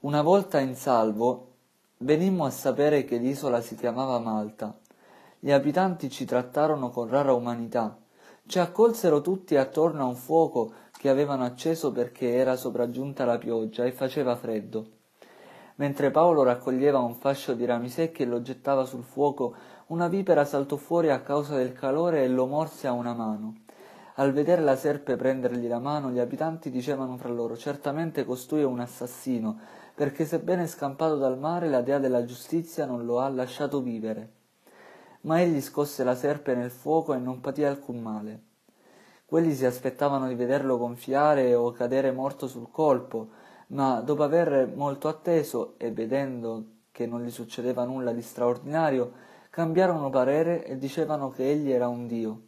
Una volta in salvo, venimmo a sapere che l'isola si chiamava Malta. Gli abitanti ci trattarono con rara umanità. Ci accolsero tutti attorno a un fuoco che avevano acceso perché era sopraggiunta la pioggia e faceva freddo. Mentre Paolo raccoglieva un fascio di rami secchi e lo gettava sul fuoco, una vipera saltò fuori a causa del calore e lo morse a una mano. Al vedere la serpe prendergli la mano, gli abitanti dicevano fra loro: certamente costui è un assassino, perché sebbene scampato dal mare, la dea della giustizia non lo ha lasciato vivere. Ma egli scosse la serpe nel fuoco e non patì alcun male. Quelli si aspettavano di vederlo gonfiare o cadere morto sul colpo, ma dopo aver molto atteso e vedendo che non gli succedeva nulla di straordinario, cambiarono parere e dicevano che egli era un dio.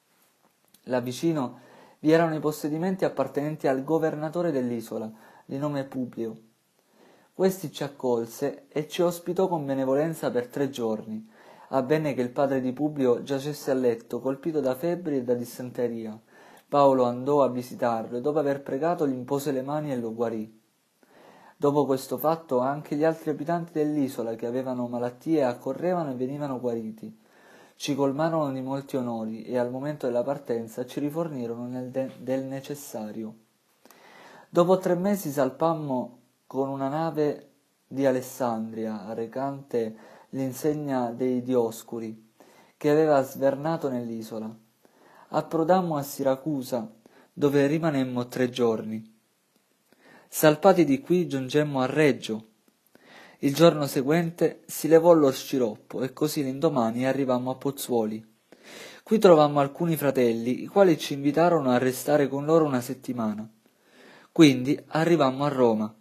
Là vicino vi erano i possedimenti appartenenti al governatore dell'isola, di nome Publio. Questi ci accolse e ci ospitò con benevolenza per 3 giorni. Avvenne che il padre di Publio giacesse a letto, colpito da febbri e da dissenteria. Paolo andò a visitarlo e dopo aver pregato gli impose le mani e lo guarì. Dopo questo fatto anche gli altri abitanti dell'isola che avevano malattie accorrevano e venivano guariti. Ci colmarono di molti onori e al momento della partenza ci rifornirono del necessario. Dopo 3 mesi salpammo con una nave di Alessandria, recante l'insegna dei Dioscuri, che aveva svernato nell'isola. Approdammo a Siracusa, dove rimanemmo 3 giorni. Salpati di qui giungemmo a Reggio. Il giorno seguente si levò lo sciroppo e così l'indomani arrivammo a Pozzuoli. Qui trovammo alcuni fratelli, i quali ci invitarono a restare con loro una settimana. Quindi arrivammo a Roma.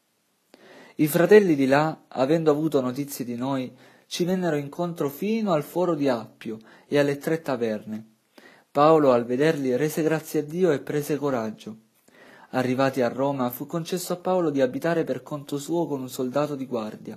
I fratelli di là, avendo avuto notizie di noi, ci vennero incontro fino al foro di Appio e alle 3 taverne. Paolo, al vederli, rese grazie a Dio e prese coraggio. Arrivati a Roma, fu concesso a Paolo di abitare per conto suo con un soldato di guardia.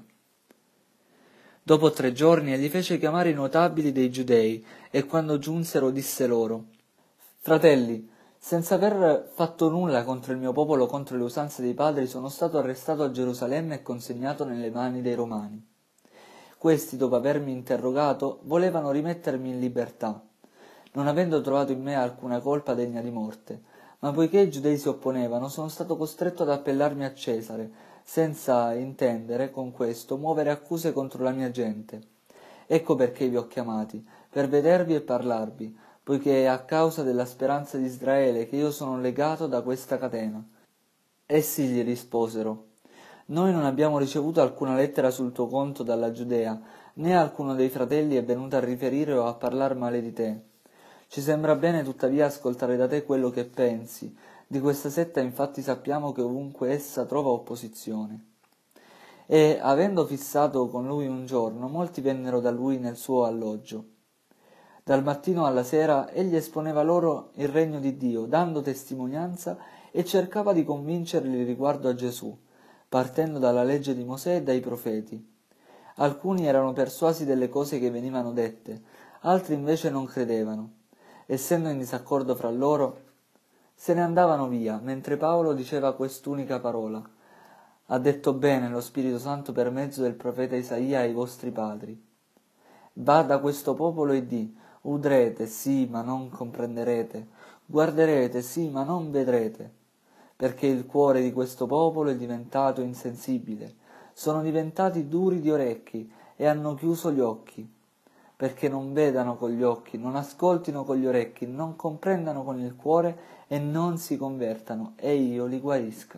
Dopo 3 giorni egli fece chiamare i notabili dei Giudei e quando giunsero disse loro: Fratelli, senza aver fatto nulla contro il mio popolo, contro le usanze dei padri, sono stato arrestato a Gerusalemme e consegnato nelle mani dei Romani. Questi, dopo avermi interrogato, volevano rimettermi in libertà, non avendo trovato in me alcuna colpa degna di morte. Ma poiché i giudei si opponevano, sono stato costretto ad appellarmi a Cesare, senza intendere con questo muovere accuse contro la mia gente. Ecco perché vi ho chiamati, per vedervi e parlarvi, poiché è a causa della speranza di Israele che io sono legato da questa catena. Essi gli risposero: Noi non abbiamo ricevuto alcuna lettera sul tuo conto dalla Giudea, né alcuno dei fratelli è venuto a riferire o a parlar male di te. Ci sembra bene tuttavia ascoltare da te quello che pensi. Di questa setta infatti sappiamo che ovunque essa trova opposizione. E, avendo fissato con lui un giorno, molti vennero da lui nel suo alloggio. Dal mattino alla sera egli esponeva loro il regno di Dio, dando testimonianza e cercava di convincerli riguardo a Gesù, partendo dalla legge di Mosè e dai profeti. Alcuni erano persuasi delle cose che venivano dette, altri invece non credevano. Essendo in disaccordo fra loro, se ne andavano via, mentre Paolo diceva quest'unica parola: Ha detto bene lo Spirito Santo per mezzo del profeta Isaia ai vostri padri. Va da questo popolo e di: udrete, sì, ma non comprenderete, guarderete, sì, ma non vedrete, perché il cuore di questo popolo è diventato insensibile, sono diventati duri di orecchi e hanno chiuso gli occhi, perché non vedano con gli occhi, non ascoltino con gli orecchi, non comprendano con il cuore e non si convertano, e io li guarisca.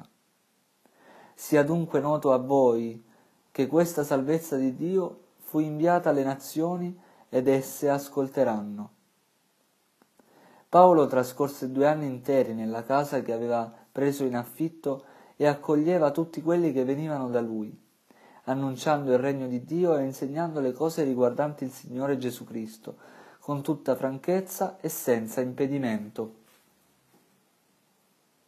Sia dunque noto a voi che questa salvezza di Dio fu inviata alle nazioni ed esse ascolteranno. Paolo trascorse 2 anni interi nella casa che aveva preso in affitto e accoglieva tutti quelli che venivano da lui, annunciando il regno di Dio e insegnando le cose riguardanti il Signore Gesù Cristo, con tutta franchezza e senza impedimento.